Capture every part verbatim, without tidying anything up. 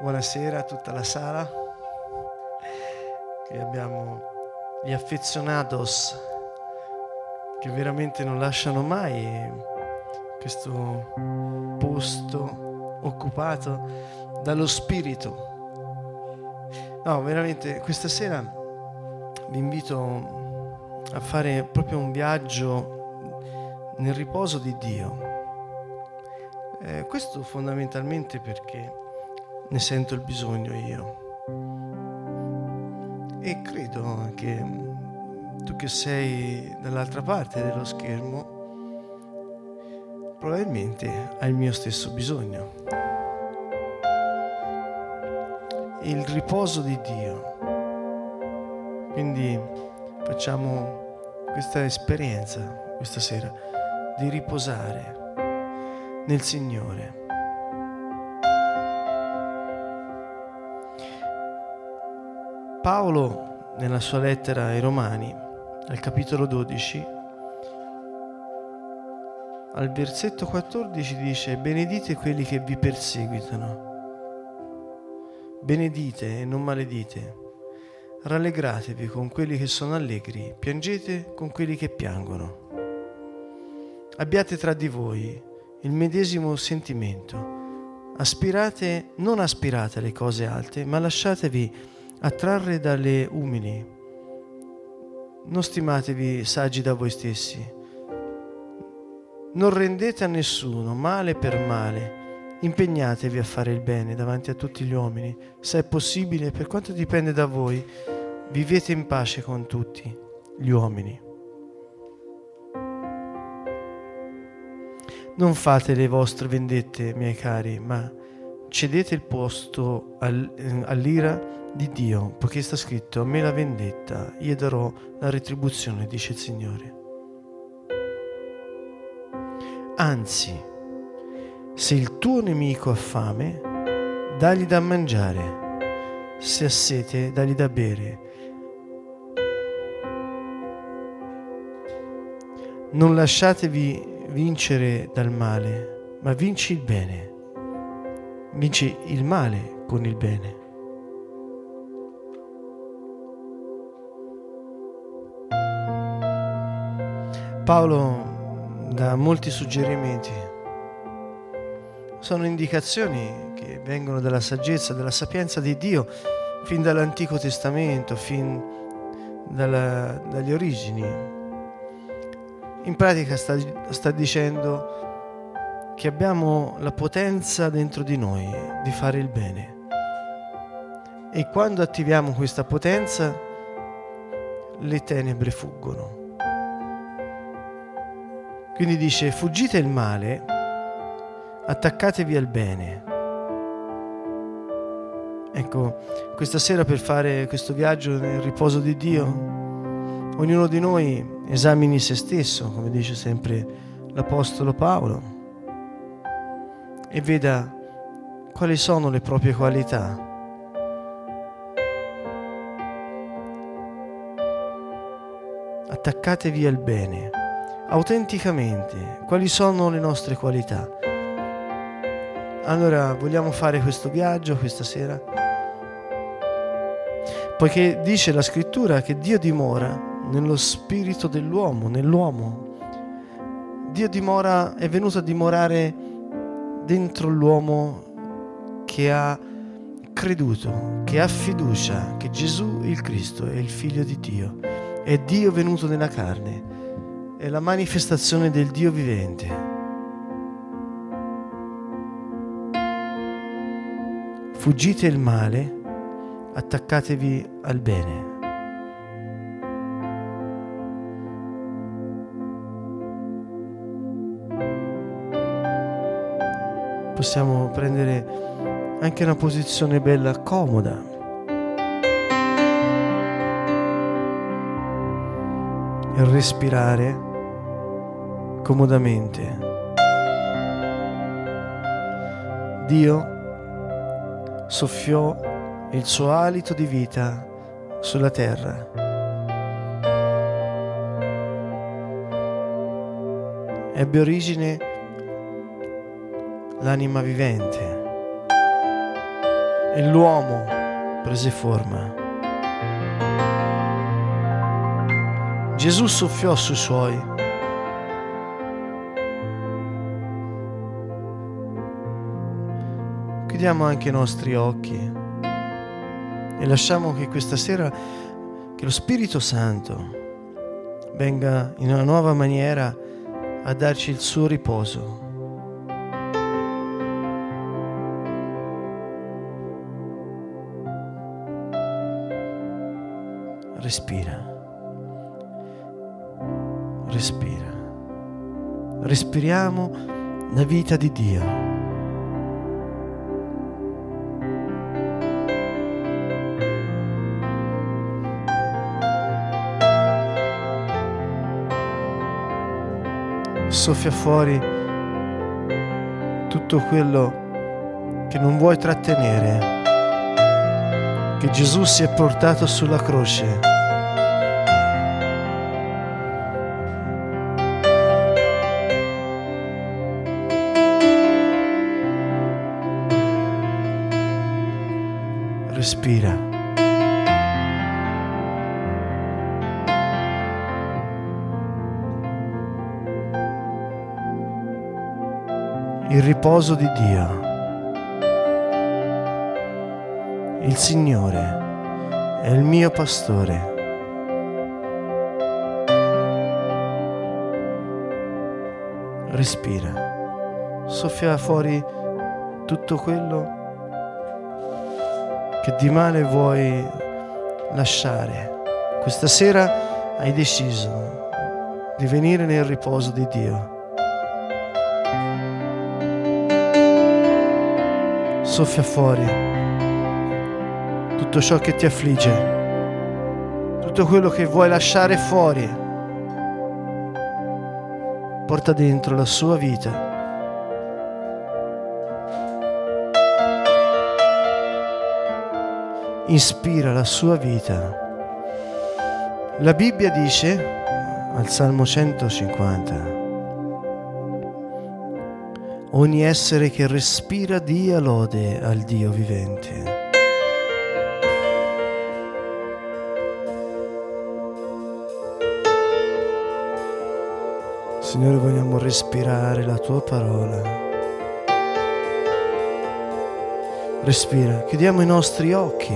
Buonasera a tutta la sala. Qui abbiamo gli affezionados che veramente non lasciano mai questo posto occupato dallo spirito. No, veramente questa sera vi invito a fare proprio un viaggio nel riposo di Dio. Eh, questo fondamentalmente perché ne sento il bisogno io. E credo che tu che sei dall'altra parte dello schermo probabilmente hai il mio stesso bisogno. Il riposo di Dio. Quindi facciamo questa esperienza questa sera di riposare nel Signore. Paolo, nella sua lettera ai Romani, al capitolo dodici, al versetto quattordici dice: benedite quelli che vi perseguitano, benedite e non maledite, rallegratevi con quelli che sono allegri, piangete con quelli che piangono. Abbiate tra di voi il medesimo sentimento, aspirate, non aspirate alle cose alte, ma lasciatevi attrarre dalle umili. Non stimatevi saggi da voi stessi. Non rendete a nessuno male per male. Impegnatevi a fare il bene davanti a tutti gli uomini. Se è possibile, per quanto dipende da voi, vivete in pace con tutti gli uomini. Non fate le vostre vendette, miei cari, ma cedete il posto all'ira di Dio, poiché sta scritto: a me la vendetta, io darò la retribuzione, dice il Signore. Anzi, se il tuo nemico ha fame, dagli da mangiare, se ha sete, dagli da bere. Non lasciatevi vincere dal male, ma vinci il bene. Vinci il male con il bene. Paolo dà molti suggerimenti. Sono indicazioni che vengono dalla saggezza, dalla sapienza di Dio, fin dall'Antico Testamento, fin dalla, dalle origini. In pratica sta, sta dicendo che abbiamo la potenza dentro di noi di fare il bene. E quando attiviamo questa potenza, le tenebre fuggono. Quindi dice: fuggite il male, attaccatevi al bene. Ecco, questa sera, per fare questo viaggio nel riposo di Dio, ognuno di noi esamini se stesso, come dice sempre l'Apostolo Paolo, e veda quali sono le proprie qualità. Attaccatevi al bene. Autenticamente, quali sono le nostre qualità? Allora, vogliamo fare questo viaggio questa sera? Poiché dice la Scrittura che Dio dimora nello spirito dell'uomo, nell'uomo. Dio dimora, è venuto a dimorare dentro l'uomo che ha creduto, che ha fiducia che Gesù il Cristo è il Figlio di Dio, è Dio venuto nella carne, è la manifestazione del Dio vivente. Fuggite il male, attaccatevi al bene. Possiamo prendere anche una posizione bella, comoda. E respirare comodamente. Dio soffiò il suo alito di vita sulla terra. Ebbe origine l'anima vivente. e l'uomo prese forma. Gesù soffiò sui suoi. Chiudiamo anche i nostri occhi e lasciamo che questa sera, che lo Spirito Santo venga in una nuova maniera a darci il suo riposo. Respira. Respira. Respiriamo la vita di Dio. Soffia fuori tutto quello che non vuoi trattenere, che Gesù si è portato sulla croce. Respira. Il riposo di Dio. Il Signore è il mio pastore. Respira. Soffia fuori tutto quello che di male vuoi lasciare. Questa sera hai deciso di venire nel riposo di Dio. Soffia fuori tutto ciò che ti affligge, tutto quello che vuoi lasciare fuori. Porta dentro la sua vita. Inspira la sua vita. La Bibbia dice al Salmo centocinquanta: ogni essere che respira dia lode al Dio vivente. Signore, vogliamo respirare la tua parola. Respira, chiudiamo i nostri occhi.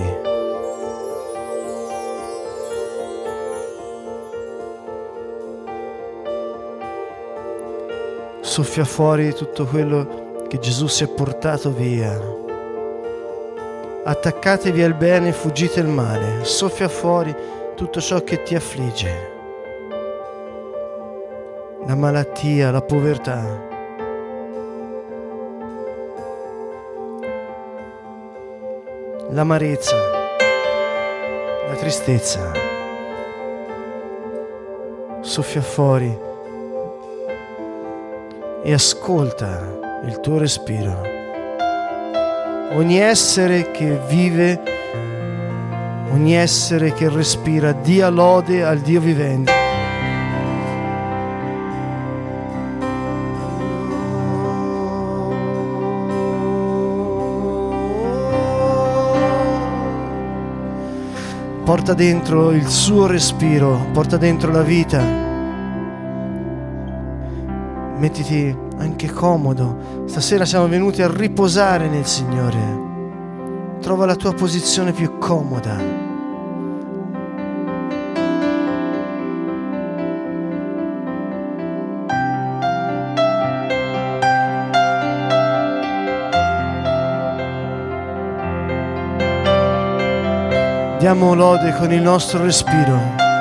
Soffia fuori tutto quello che Gesù si è portato via. Attaccatevi al bene e fuggite il male. Soffia fuori tutto ciò che ti affligge. La malattia, la povertà. L'amarezza, la tristezza. Soffia fuori e ascolta il tuo respiro. Ogni essere che vive, ogni essere che respira, dia lode al Dio vivente. Porta dentro il suo respiro, porta dentro la vita. Mettiti anche comodo. Stasera siamo venuti a riposare nel Signore. Trova la tua posizione più comoda. Diamo lode con il nostro respiro.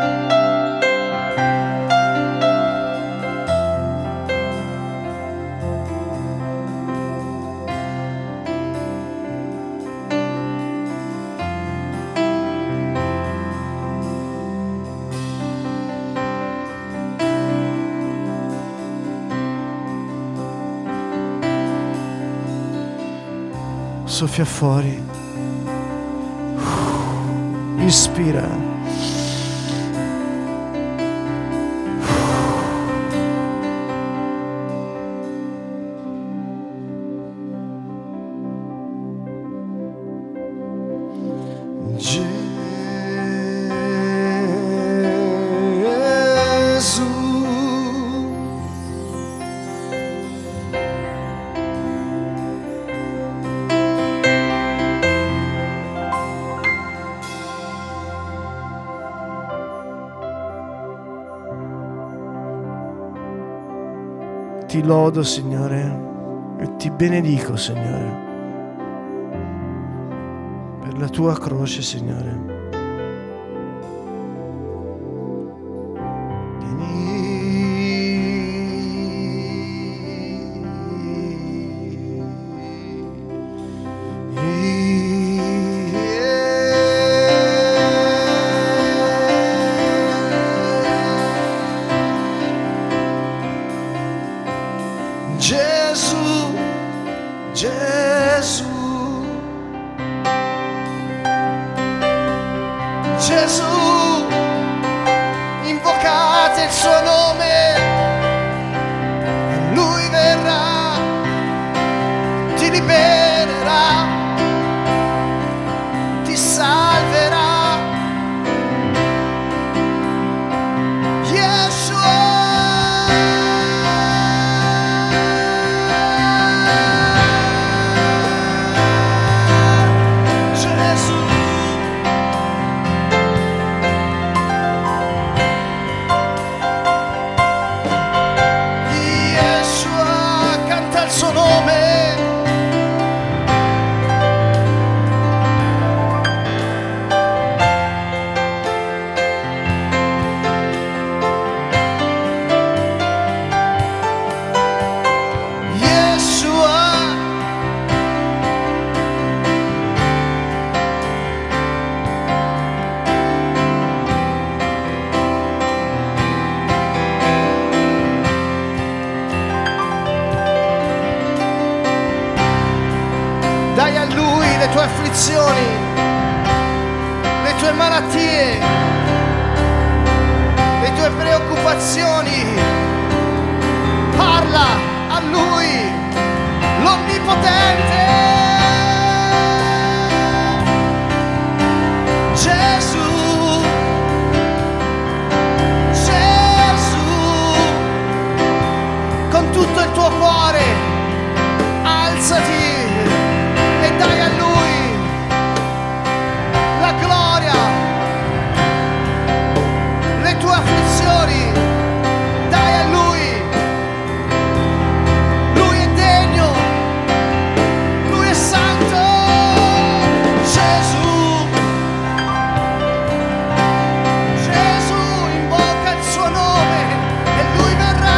Soffia fuori. Ispira. ti lodo, Signore, e ti benedico, Signore, per la tua croce, Signore. Gesù, Gesù, Gesù, invocate il suo nome e lui verrà, ti libererà, ti salverà. Dai a lui le tue afflizioni, le tue malattie, le tue preoccupazioni. Parla a lui, l'Onnipotente. Gesù, Gesù, con tutto il tuo cuore, alzati e dai a lui la gloria, le tue afflizioni, dai a lui, lui è degno, lui è santo. Gesù, Gesù, invoca il suo nome e lui verrà.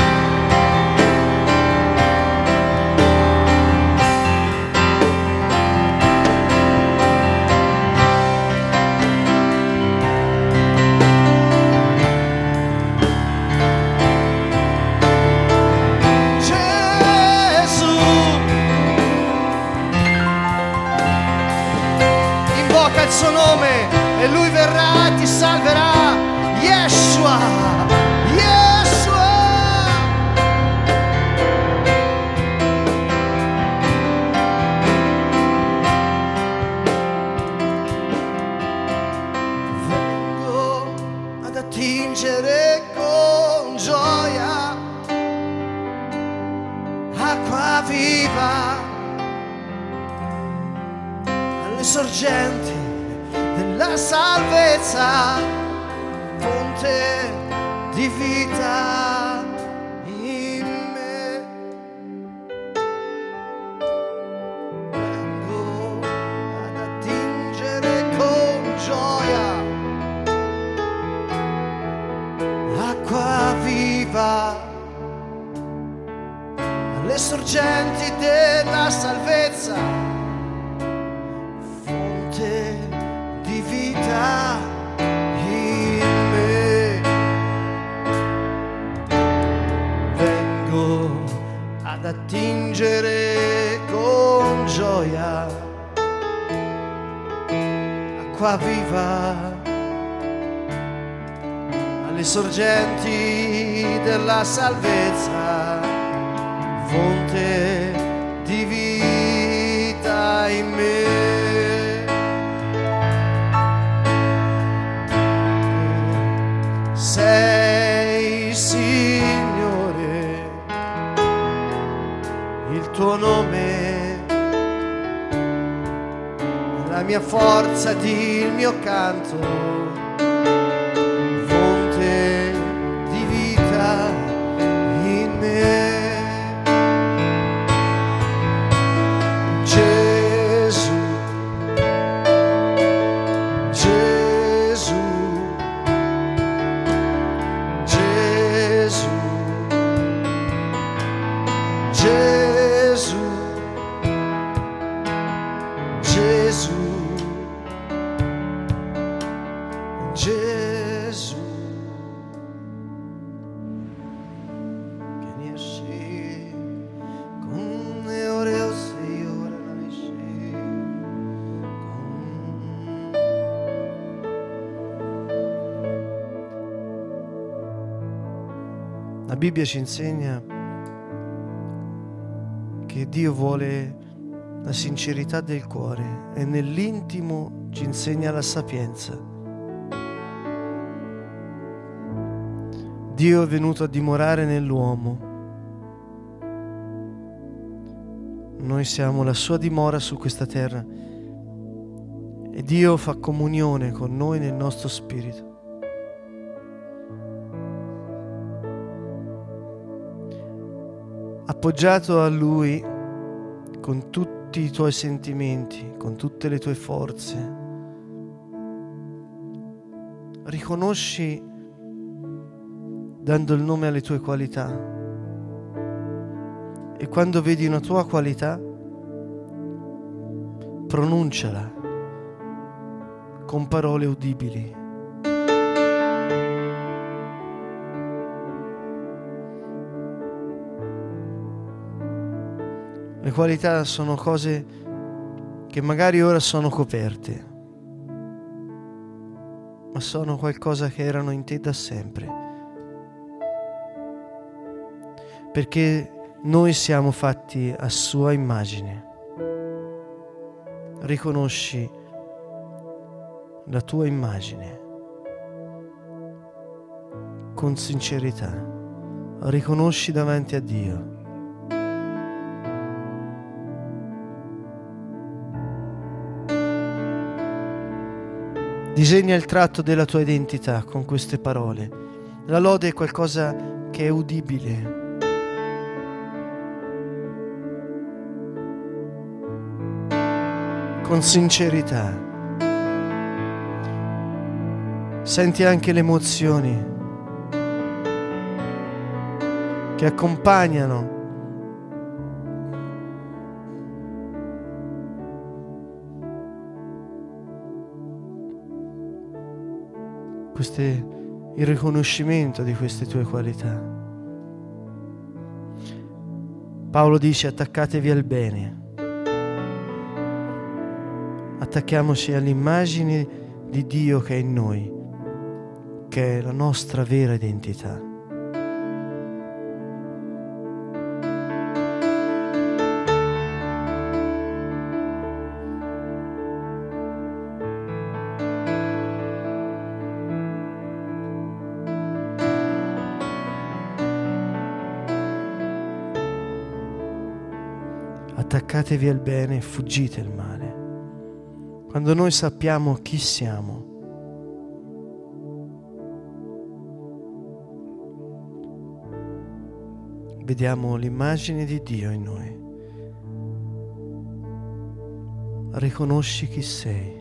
Il suo nome e lui verrà e ti salverà. Yeshua, Yeshua. Vengo ad attingere con gioia acqua viva alle sorgenti della salvezza, fonte di vita in me. Vengo ad attingere con gioia acqua viva alle sorgenti della salvezza, fonte di vita in me. Vengo ad attingere con gioia acqua viva alle sorgenti della salvezza, fonte di vita in me. Sei, Signore, il tuo nome, la mia forza ed il mio canto, fonte di vita in me. La Bibbia ci insegna che Dio vuole la sincerità del cuore e nell'intimo ci insegna la sapienza. Dio è venuto a dimorare nell'uomo. Noi siamo la sua dimora su questa terra e Dio fa comunione con noi nel nostro spirito. Appoggiato a Lui con tutti i tuoi sentimenti, con tutte le tue forze, riconosci, dando il nome alle tue qualità, e quando vedi una tua qualità, pronunciala con parole udibili. Le qualità sono cose che magari ora sono coperte, ma sono qualcosa che erano in te da sempre. Perché noi siamo fatti a sua immagine. Riconosci la tua immagine con sincerità. Riconosci davanti a Dio. Disegna il tratto della tua identità con queste parole. La lode è qualcosa che è udibile. Con sincerità. Senti anche le emozioni che accompagnano queste, il riconoscimento di queste tue qualità. Paolo dice: attaccatevi al bene. Attacchiamoci all'immagine di Dio che è in noi, che è la nostra vera identità. Attaccatevi al bene e fuggite il male. Quando noi sappiamo chi siamo, vediamo l'immagine di Dio in noi. Riconosci chi sei.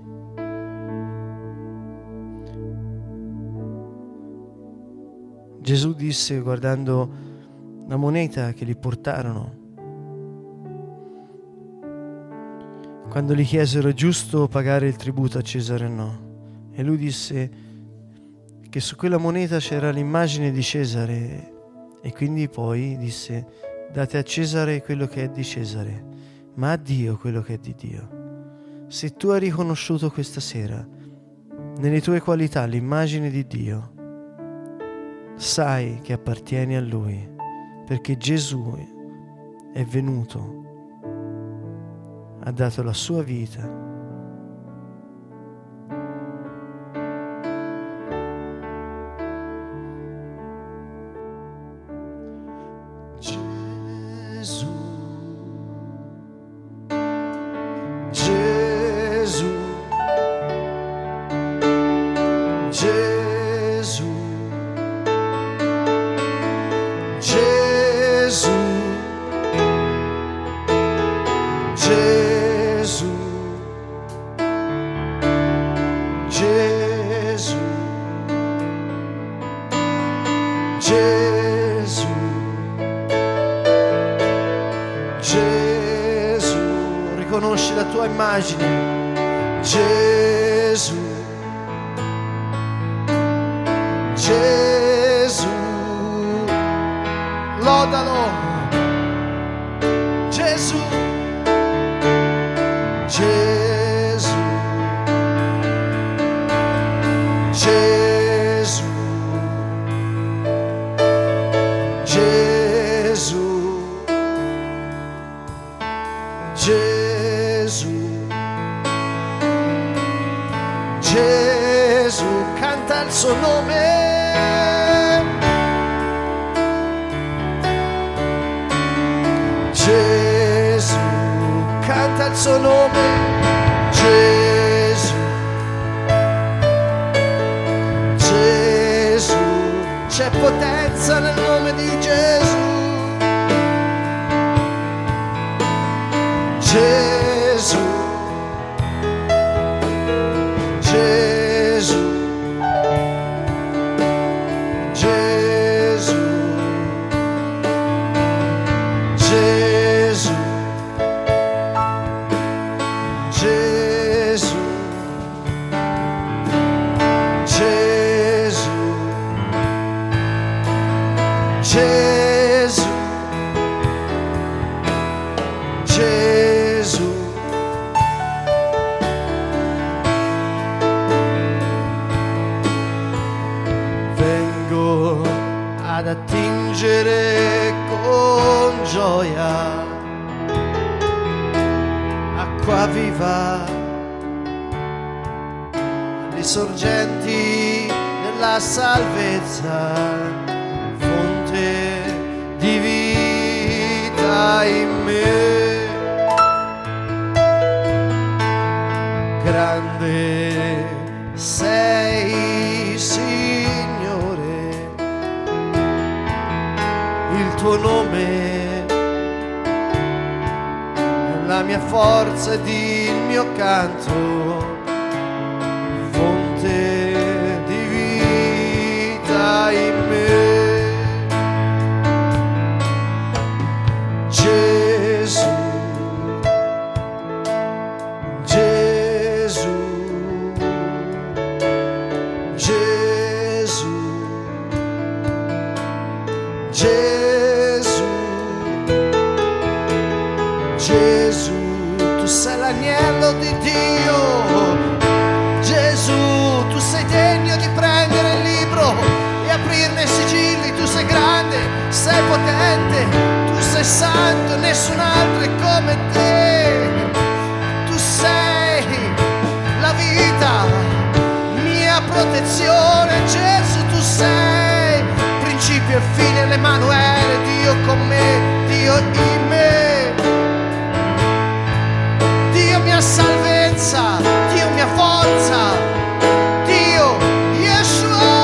Gesù disse, guardando la moneta che gli portarono, quando gli chiesero: è giusto pagare il tributo a Cesare o no? E lui disse che su quella moneta c'era l'immagine di Cesare, e quindi poi disse: date a Cesare quello che è di Cesare, ma a Dio quello che è di Dio. Se tu hai riconosciuto questa sera nelle tue qualità l'immagine di Dio, sai che appartieni a Lui, perché Gesù è venuto, ha dato la sua vita. Gesù, Gesù, Gesù, Gesù, Gesù. Gesù, Gesù, Gesù, riconosci la tua immagine. Gesù, Gesù, lodalo. Gesù, Gesù, Gesù, suo nome. Gesù, canta il suo nome. Gesù, Gesù, c'è potenza nel nome di Gesù. Gesù, Gesù, Gesù, Gesù, Gesù, Gesù, Gesù, Gesù. Vengo ad attingere con gioia acqua viva alle sorgenti della salvezza, fonte di vita in me. Grande sei, Signore, il tuo nome è la mia forza ed il mio canto, fonte di vita in me. Gesù, Gesù, Gesù, Gesù, Gesù, tu sei l'agnello di Dio. Gesù, tu sei degno di prendere il libro e aprirne i sigilli. Tu sei grande, sei potente, tu sei santo, nessun altro è come te. Tu sei la vita, mia protezione. Gesù, tu sei principio e fine, l'Emanuele, Dio con me, Dio in me, Dio mia salvezza, Dio mia forza, Dio Yeshua.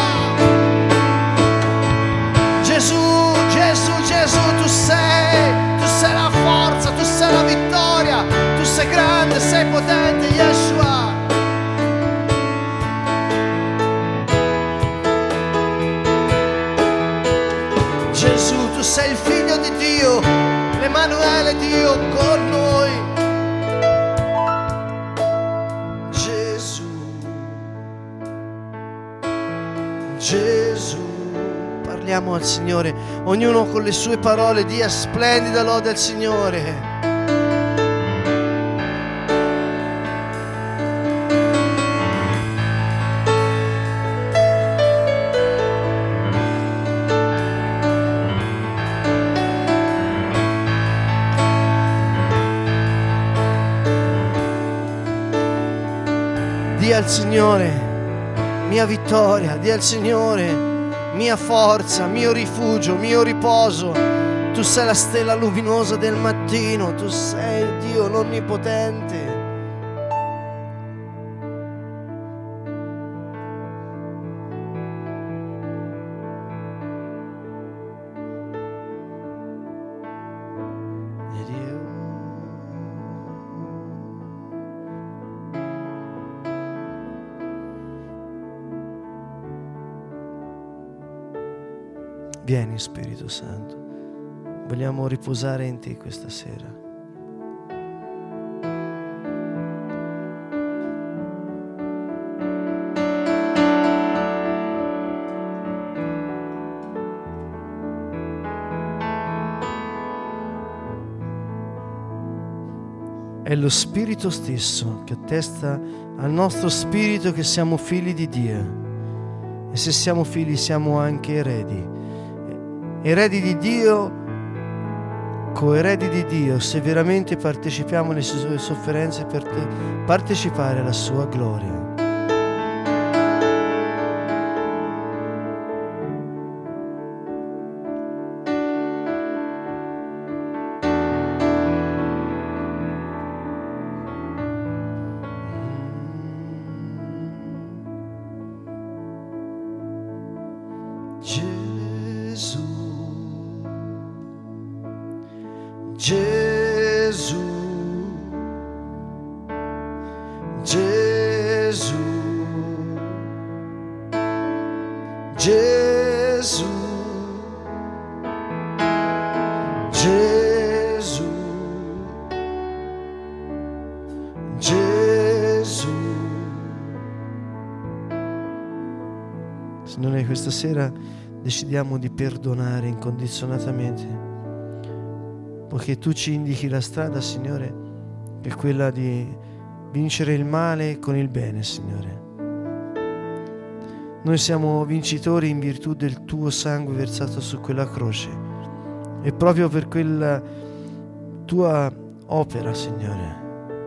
Gesù, Gesù, Gesù, tu sei, tu sei la forza, tu sei la vittoria, tu sei grande, sei potente, Yeshua. Gesù, tu sei il figlio di Dio, l'Emanuele, Dio con noi. Gesù, Gesù, parliamo al Signore, ognuno con le sue parole dia splendida lode al Signore. Dì al Signore, mia vittoria, dì al Signore, mia forza, mio rifugio, mio riposo. Tu sei la stella luminosa del mattino, tu sei Dio l'Onnipotente. Vieni Spirito Santo, vogliamo riposare in te questa sera. È lo Spirito stesso che attesta al nostro spirito che siamo figli di Dio. E se siamo figli siamo anche eredi. Eredi di Dio, coeredi di Dio, se veramente partecipiamo alle sue sofferenze per partecipare alla sua gloria. Gesù, Gesù, Gesù, Gesù, Gesù. Signore, questa sera decidiamo di perdonare incondizionatamente, poiché Tu ci indichi la strada, Signore, che è quella di vincere il male con il bene, Signore. Noi siamo vincitori in virtù del Tuo sangue versato su quella croce, e proprio per quella Tua opera, Signore,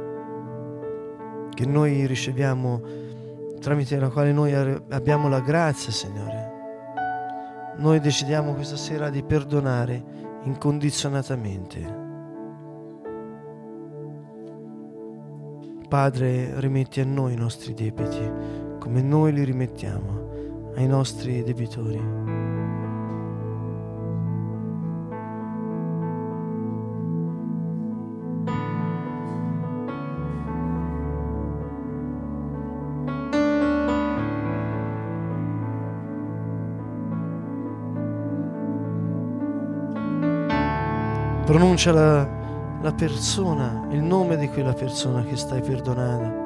che noi riceviamo, tramite la quale noi abbiamo la grazia, Signore. Noi decidiamo questa sera di perdonare incondizionatamente. Padre, rimetti a noi i nostri debiti, come noi li rimettiamo ai nostri debitori. Pronuncia la, la persona, il nome di quella persona che stai perdonando.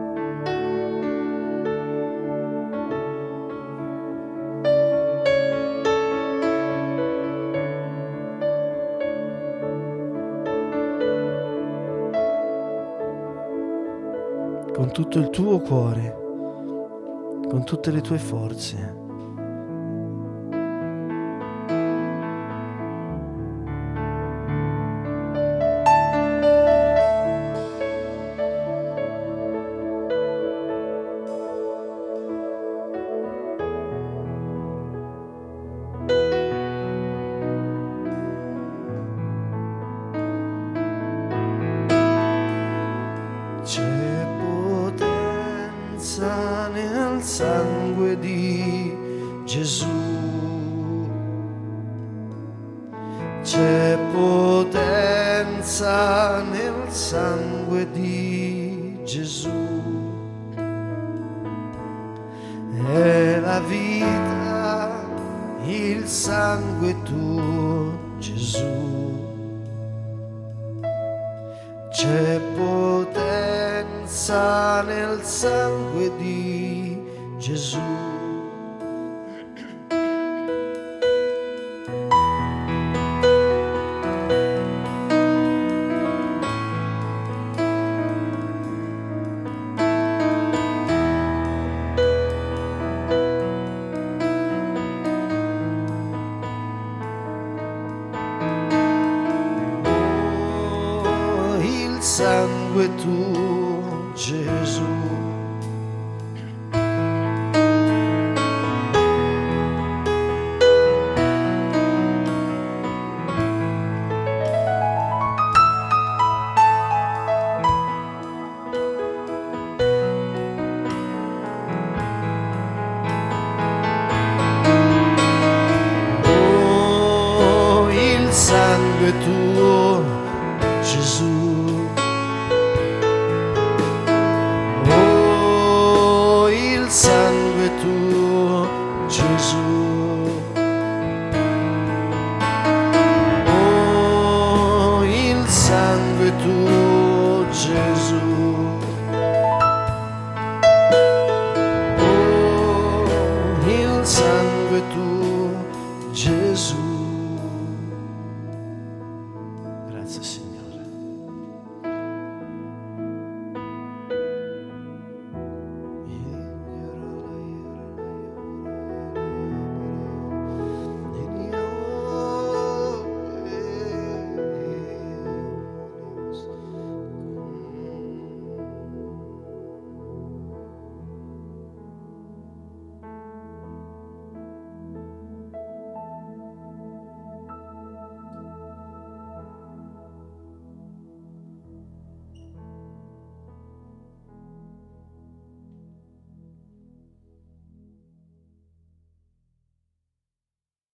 Con tutto il tuo cuore, con tutte le tue forze. C'è potenza nel sangue di Gesù. C'è potenza nel sangue di Gesù. È la vita, il sangue tuo, Gesù. C'è potenza nel sangue di Gesù. Sangue tuo, Gesù. Oh, il sangue tuo, Gesù. Sangue tuo, Gesù. Oh, il sangue tuo, Gesù. Oh, il sangue tuo, Gesù. Grazie, Signore.